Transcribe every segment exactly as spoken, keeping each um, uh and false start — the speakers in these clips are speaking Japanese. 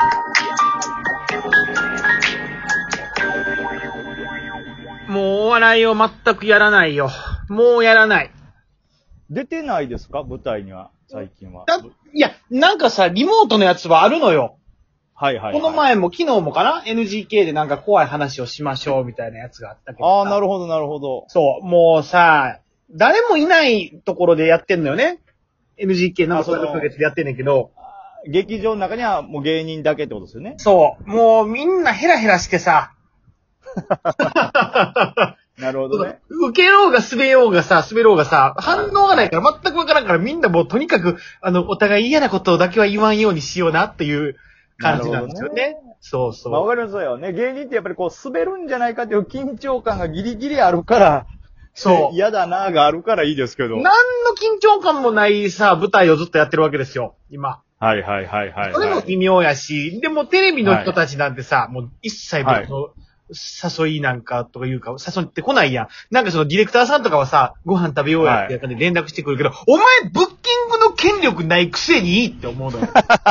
もうお笑いを全くやらないよ。もうやらない。 出てないですか舞台には、最近は。 だいや、なんかさ、リモートのやつはあるのよ。 はいはい、はい。 この前も昨日もかな ?エヌジーケー でなんか怖い話をしましょうみたいなやつがあったけど。 ああ、なるほどなるほど。 そう、もうさ、誰もいないところでやってんのよね。エヌジーケー なんかそういうかげつでやってんねんけど。 劇場の中にはもう芸人だけってことですよね。 そう。もうみんなヘラヘラしてさ。 なるほどね。 受けようが滑ようがさ、滑ろうがさ、反応がないから全くわからんからみんなもうとにかく、あの、お互い嫌なことだけは言わんようにしようなっていう感じなんですよね。ねそうそう。 まあわかりますよね。芸人ってやっぱりこう滑るんじゃないかっていう緊張感がギリギリあるから、そう。嫌だなーがあるからいいですけど。 何の緊張感もないさ、舞台をずっとやってるわけですよ、今。 はいはいはいはい、はい。 それも微妙やし、でもテレビの人たちなんてさ、はい、もう一切僕の誘いなんかとか言うか、誘ってこないやん。なんかそのディレクターさんとかはさ、ご飯食べようやってやったんで連絡してくるけど、はい、お前ブッキングの権力ないくせにって思うのよ。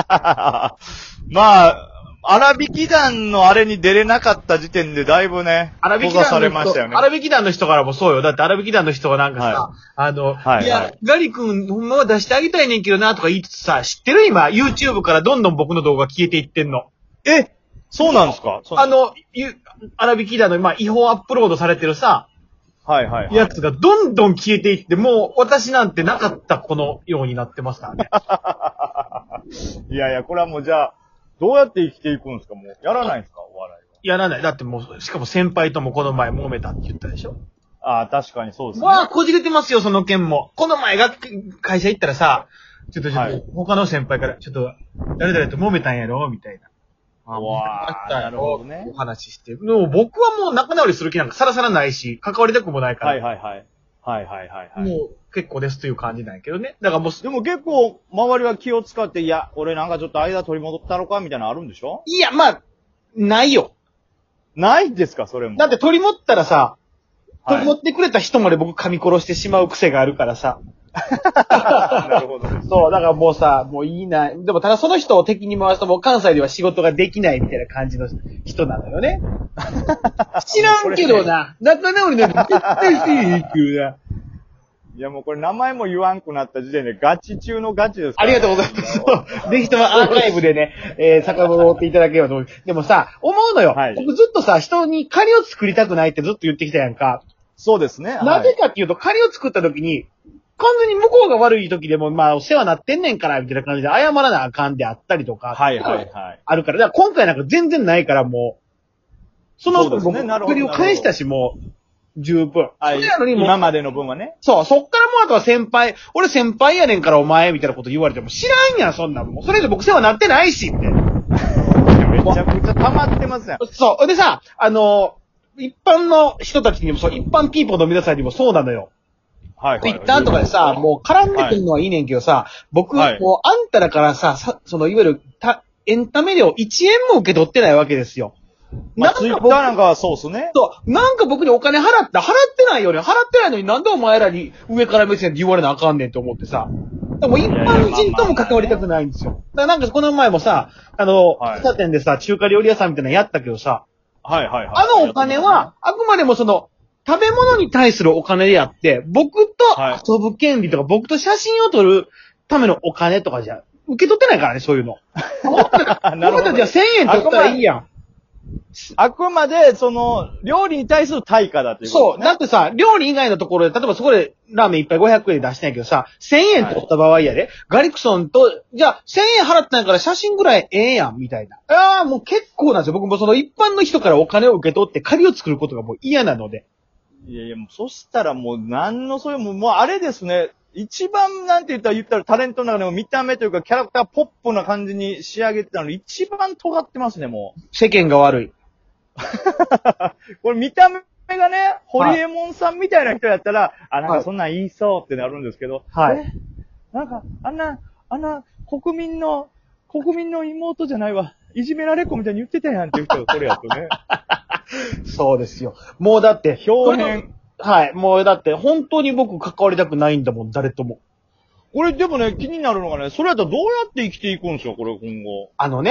まあ、荒引き団のあれに出れなかった時点でだいぶね、 荒引き団の人、ね、荒引き団の人からもそうよ。だって荒引き団の人がなんかさ、はい、あの、はいはい、いや、ガリ君ほんまは出してあげたいねんけどなとか言いつつさ、知ってる今、YouTube からどんどん僕の動画消えていってんの。 えそうなんですかあの、ゆ、荒引き団の、まあ、違法アップロードされてるさ、 はいはい、はい。 やつがどんどん消えていって、もう私なんてなかったこのようになってますからね。 いやいや、これはもうじゃあ、どうやって生きていくんですかもう、やらないんですかお笑いは。 やらない。だってもう、しかも先輩ともこの前揉めたって言ったでしょああ、確かにそうですね。 まあ、こじれてますよ、その件も。この前が、会社行ったらさ、ちょっとちょっと、はい、他の先輩から、ちょっと、誰々と揉めたんやろみたいな。 ああ、なるほどね。 お話しして。でも僕はもう仲直りする気なんかさらさらないし、関わりたくもないから。 はいはいはい。はいはいはい、はい。 もう結構ですという感じなんやけどね。だからもう。 でも結構、周りは気を使って、いや、俺なんかちょっと間取り戻ったのかみたいなのあるんでしょいや、まあ、ないよ。 ないんですかそれも。 だって取り持ったらさ、取り持ってくれた人まで僕噛み殺してしまう癖があるからさ。 なるほど。 そう、だからもうさ、もういいな。でもただその人を敵に回すともう関西では仕事ができないみたいな感じの人なのよね。知らんけどな。仲直りなんて絶対していいっていうな。 いやもうこれ名前も言わんくなった時点でガチ中のガチですから、 ね。ありがとうございます。ぜひともアーカイブでね、えー、遡っていただければと思う。でもさ、思うのよ。はい、僕ずっとさ、人に借りを作りたくないってずっと言ってきたやんか。 そうですね。 なぜかっていうと、借りを作った時に、完全に向こうが悪い時でも、まあ、お世話なってんねんから、みたいな感じで謝らなあかんであったりとか。 はいはいはい。 あるから。だから今回なんか全然ないから、もう、その人僕、借りを返したし、もう、十分。 はい。それやのにも今までの分はね。 そう、そっからもうあとは先輩、俺先輩やねんからお前、みたいなこと言われても知らんやん、そんなんもん。それで僕世話なってないし、って。 めちゃくちゃ溜まってますやん。 そう。でさ、あの、一般の人たちにもそう、一般ピーポーの皆さんにもそうなのよ。はい、はい。ツイッターとかでさ、もう絡んでくるのはいいねんけどさ、はい、僕、はい、もうあんたらからさ、さそのいわゆるたエンタメ料いちえんも受け取ってないわけですよ。 まあ、ツイッターなんかはそうっすね。 そう。なんか僕にお金払った、払ってないよね。払ってないのになんでお前らに上から目線で言われなあかんねんって思ってさ。でも一般人とも関わりたくないんですよ。だからなんかこの前もさ、あの、喫茶店でさ、中華料理屋さんみたいなのやったけどさ、 はいはいはい。 あのお金は、あくまでもその、食べ物に対するお金であって、僕と遊ぶ権利とか、僕と写真を撮るためのお金とかじゃ、受け取ってないからね、そういうの。なるほど。じゃあせんえん取ったらいいやん。 あくまで、その、料理に対する対価だということ、 ね。そう。だってさ、料理以外のところで、例えばそこでラーメンいっぱいごひゃくえんで出してないけどさ、せんえん取った場合やで、はい、ガリクソンと、じゃあせんえん払ってないから写真ぐらいええやん、みたいな。ああ、もう結構なんですよ。僕もその一般の人からお金を受け取って借りを作ることがもう嫌なので。 いやいや、もうそしたらもう何のそういう、もう、もうあれですね。一番なんて言ったら言ったらタレントの中でも見た目というかキャラクターポップな感じに仕上げてたのに一番尖ってますね、もう。 世間が悪い。 これ見た目がね、ホリエモンさんみたいな人やったら、はい、あ、なんかそんなん言いそうってなるんですけど、 はい。 えなんか、あんな、あんな国民の、国民の妹じゃないわ。いじめられっ子みたいに言ってたやんっていう人がこれやとね。 そうですよ。もうだって、 表現。 はい。もうだって、本当に僕関わりたくないんだもん、誰とも。 これでもね、気になるのがね、それやったらどうやって生きていくんですか、これ今後。 あのね、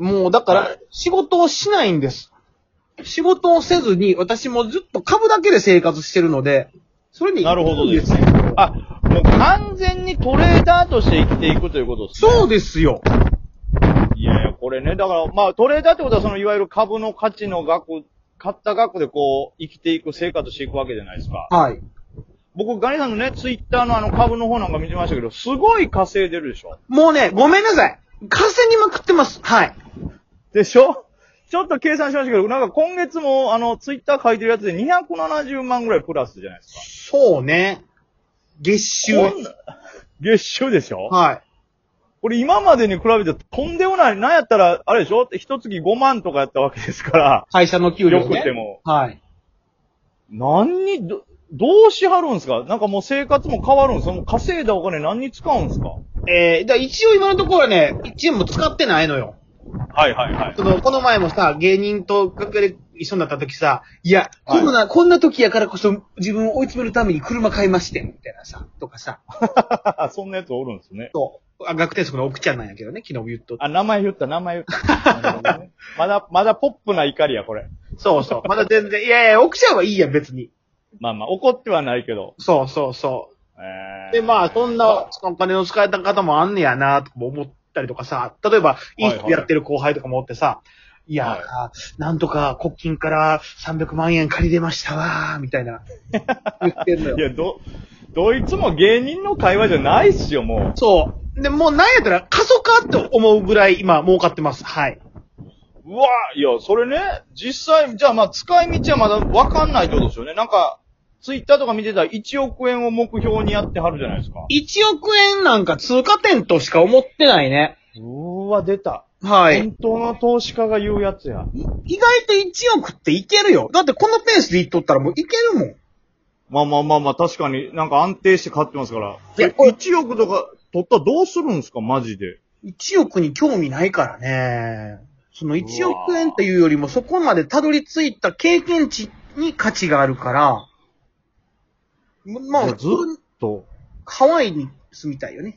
もうだから、仕事をしないんです。仕事をせずに、私もずっと株だけで生活してるので、それになるほどですね。あ、もう完全にトレーダーとして生きていくということですね。 そうですよ。 いやいや、これね、だから、まあトレーダーってことはそのいわゆる株の価値の額、買った額でこう、生きていく、生活していくわけじゃないですか。 はい。 僕、ガニさんのね、ツイッターのあの株の方なんか見てましたけど、すごい稼いでるでしょ。 もうね、ごめんなさい。稼ぎまくってます。はい。 でしょ？ちょっと計算しましたけど、なんか今月もあの、ツイッター書いてるやつでにひゃくななじゅうまんぐらいプラスじゃないですか。 そうね。月収。 月収でしょ？ はい。 これ今までに比べてとんでもない。なんやったら、あれでしょ？一月ごまんとかやったわけですから。 会社の給料ね。 よくても。 はい。 何に、ど、どうしはるんですか？なんかもう生活も変わるんですか？もう稼いだお金何に使うんですか？ えー、だ一応今のところはね、いちえんも使ってないのよ。 はいはいはい。 その、この前もさ、芸人と楽屋で一緒になった時さ、いや、はい、こんな、こんな時やからこそ自分を追い詰めるために車買いまして、みたいなさ、とかさ。 そんなやつおるんですね。 そう。あ、学天則の奥ちゃんなんやけどね、昨日言っとった。 あ、名前言った、名前言った。ね、まだ、まだポップな怒りや、これ。 そうそう。まだ全然、いやいや、奥ちゃんはいいや、別に。 まあまあ、怒ってはないけど。 そうそうそう。えー、で、まあ、そんな、お金の使えた方もあんねやな、とか思ったりとかさ、例えば、いい人やってる後輩とかもおってさ、はいはい、いや、はい、なんとか国金からさんびゃくまんえん借りれましたわ、みたいな。言ってんのよ。 いや、ど、どいつも芸人の会話じゃないっすよ、もう。そう。で、もうなんやったら、過疎かって思うぐらい今儲かってます。はい。 うわぁ、いや、それね、実際、じゃあまあ、使い道はまだわかんないってことですよね。なんか、ツイッターとか見てたらいちおくえんを目標にやってはるじゃないですか。 いちおくえんなんか通過点としか思ってないね。 うーわ、出た。 はい。 本当の投資家が言うやつや。 意外といちおくっていけるよ。だってこのペースでいっとったらもういけるもん。 まあまあまあまあ、確かになんか安定して買ってますから。いや、いちおくとか取ったらどうするんですか、マジで。 いちおくに興味ないからね。そのいちおくえんっていうよりもそこまでたどり着いた経験値に価値があるから、まあ、 ずっと。 ハワイに住みたいよね。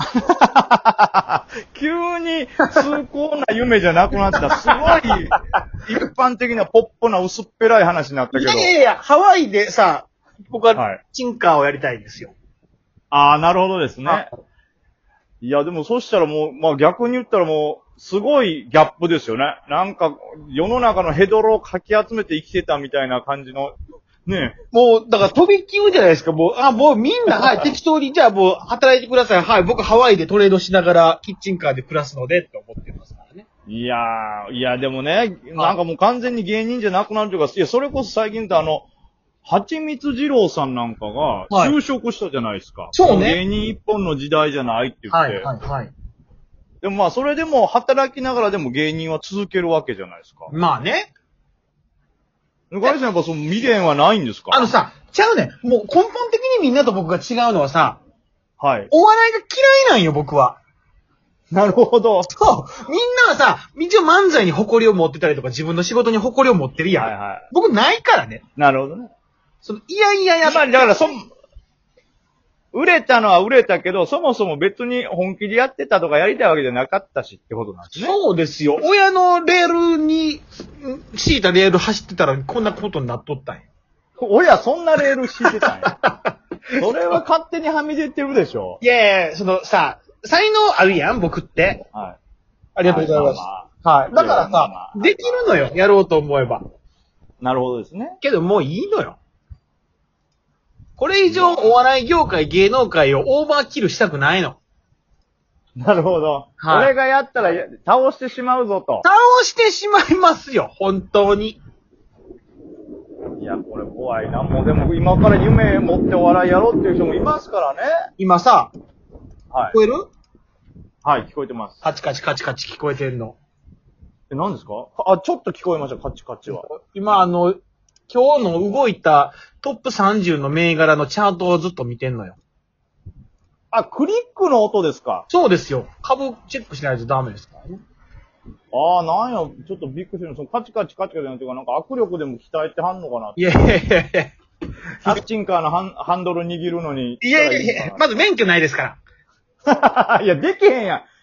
急に崇高な夢じゃなくなった。すごい、一般的なポップな薄っぺらい話になったけど。 いやいやいや、ハワイでさ、僕はチンカーをやりたいんですよ。 ああ、なるほどですね。いや、でもそしたらもう、まあ逆に言ったらもう、すごいギャップですよね。なんか、世の中のヘドロをかき集めて生きてたみたいな感じの、ねえ。 もう、だから飛び級じゃないですか。もう、あ、もうみんな、はい、適当に、じゃあもう働いてください。はい、僕ハワイでトレードしながらキッチンカーで暮らすのでって思ってますからね。 いやー、いやでもね、なんかもう完全に芸人じゃなくなるというか、いや、それこそ最近ってあの、はちみつ二郎さんなんかが就職したじゃないですか。はい、 そうね。 芸人一本の時代じゃないって言って。 はい、はい、はい。 でもまあ、それでも働きながらでも芸人は続けるわけじゃないですか。 まあね。 ガイさんやっぱその未練はないんですか？ あのさ、ちゃうね。もう根本的にみんなと僕が違うのはさ、 はい。 お笑いが嫌いなんよ、僕は。 なるほど。 そう。みんなはさ、一応漫才に誇りを持ってたりとか自分の仕事に誇りを持ってるやん。はいはい。僕ないからね。 なるほどね。 その、いやいややまあ、だからそ、売れたのは売れたけど、そもそも別に本気でやってたとかやりたいわけじゃなかったしってことなんですね。 そうですよ。親のレールに、敷いたレール走ってたらこんなことになっとったんや。 親そんなレール敷いてたんや。それは勝手にはみ出てるでしょ。 いやいや、そのさ、才能あるやん、僕って。はい。ありがとうございます。はい。だからさ、できるのよ、やろうと思えば。 なるほどですね。 けどもういいのよ。これ以上お笑い業界、芸能界をオーバーキルしたくないの。 なるほど。はい。俺がやったら倒してしまうぞと。 倒してしまいますよ、本当に。 いや、これ怖いな。もうでも今から夢持ってお笑いやろうっていう人もいますからね。 今さ、 はい。 聞こえる？ はい、聞こえてます。 カチカチカチカチ聞こえてんの。 え、何ですか？あ、ちょっと聞こえました、カチカチは。 今あの、今日の動いたトップさんじゅうの銘柄のチャートをずっと見てんのよ。 あ、クリックの音ですか？ そうですよ。株チェックしないとダメですからね。 ああ、なんや、ちょっとびっくりする。そのカチカチカチカチなんていうか、なんか握力でも鍛えてはんのかな。 いやいやいやいや。 キッチンカーのハンハンドル握るのにいい。 いやいやいや、まず免許ないですから。いや、できへんやん。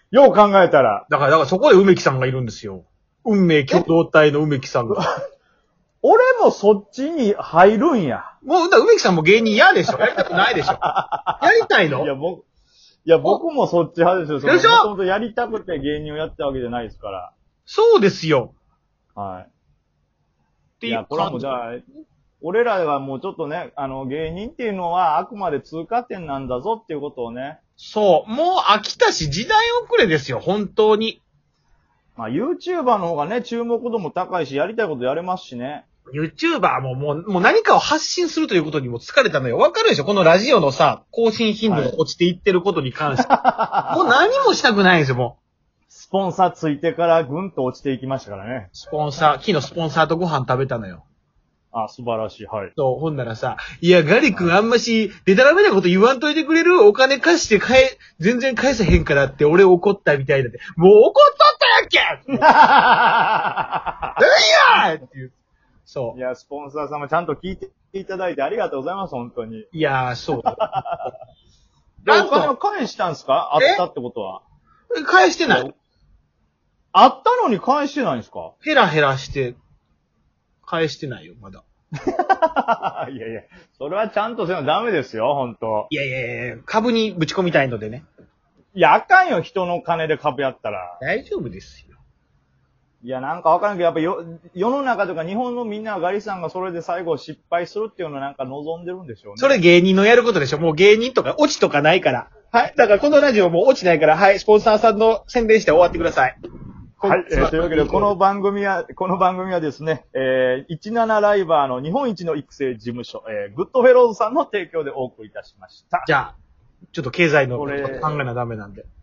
よう考えたら。 だから、だからそこで梅木さんがいるんですよ。運命共同体の梅木さんが。 俺もそっちに入るんや。 もう、だ梅木さんも芸人嫌でしょ？やりたくないでしょ？やりたいの？ いや、僕、いや、僕もそっち派ですよ。 でしょ？ もともとやりたくて芸人をやったわけじゃないですから。 そうですよ。 はい。 っていや、これはもうじゃあ、俺らがもうちょっとね、あの、芸人っていうのはあくまで通過点なんだぞっていうことをね。 そう。もう飽きたし、時代遅れですよ、本当に。 まあ、YouTuber の方がね、注目度も高いし、やりたいことやれますしね。 YouTuber ももう、もう何かを発信するということにも疲れたのよ。わかるでしょ？このラジオのさ、更新頻度が落ちていってることに関して。はい、もう何もしたくないんですよ、もう。 スポンサーついてからぐんと落ちていきましたからね。 スポンサー、昨日スポンサーとご飯食べたのよ。 あ、素晴らしい、はい。 そう、ほんならさ、いや、ガリ君あんまし、でたらめなこと言わんといてくれる？お金貸して返、全然返せへんからって俺怒ったみたいだって。もう怒っとったやんけ何やっていう。そう。 いや、スポンサー様ちゃんと聞いていただいてありがとうございます、本当に。 いやー、そうだ。 で、お金を返したんですか？あったってことは。 返してない。 あったのに返してないんですか？ ヘラヘラして、返してないよ、まだ。 いやいや、それはちゃんとせなダメですよ、ほんと。 いやいやいや、株にぶち込みたいのでね。 いや、あかんよ、人の金で株やったら。 大丈夫ですよ。 いや、なんかわからんけど、やっぱよ、世の中とか日本のみんなはガリさんがそれで最後失敗するっていうのをなんか望んでるんでしょうね。 それ芸人のやることでしょ？もう芸人とかオチとかないから。はい。だからこのラジオもうオチないから、はい、スポンサーさんの宣伝して終わってください。 はい、えー、というわけで、この番組は、この番組はですね、えー、じゅうななライバーの日本一の育成事務所、えー、グッドフェローズさんの提供でお送りいたしました。 じゃあ、ちょっと経済のこと考えなダメなんで。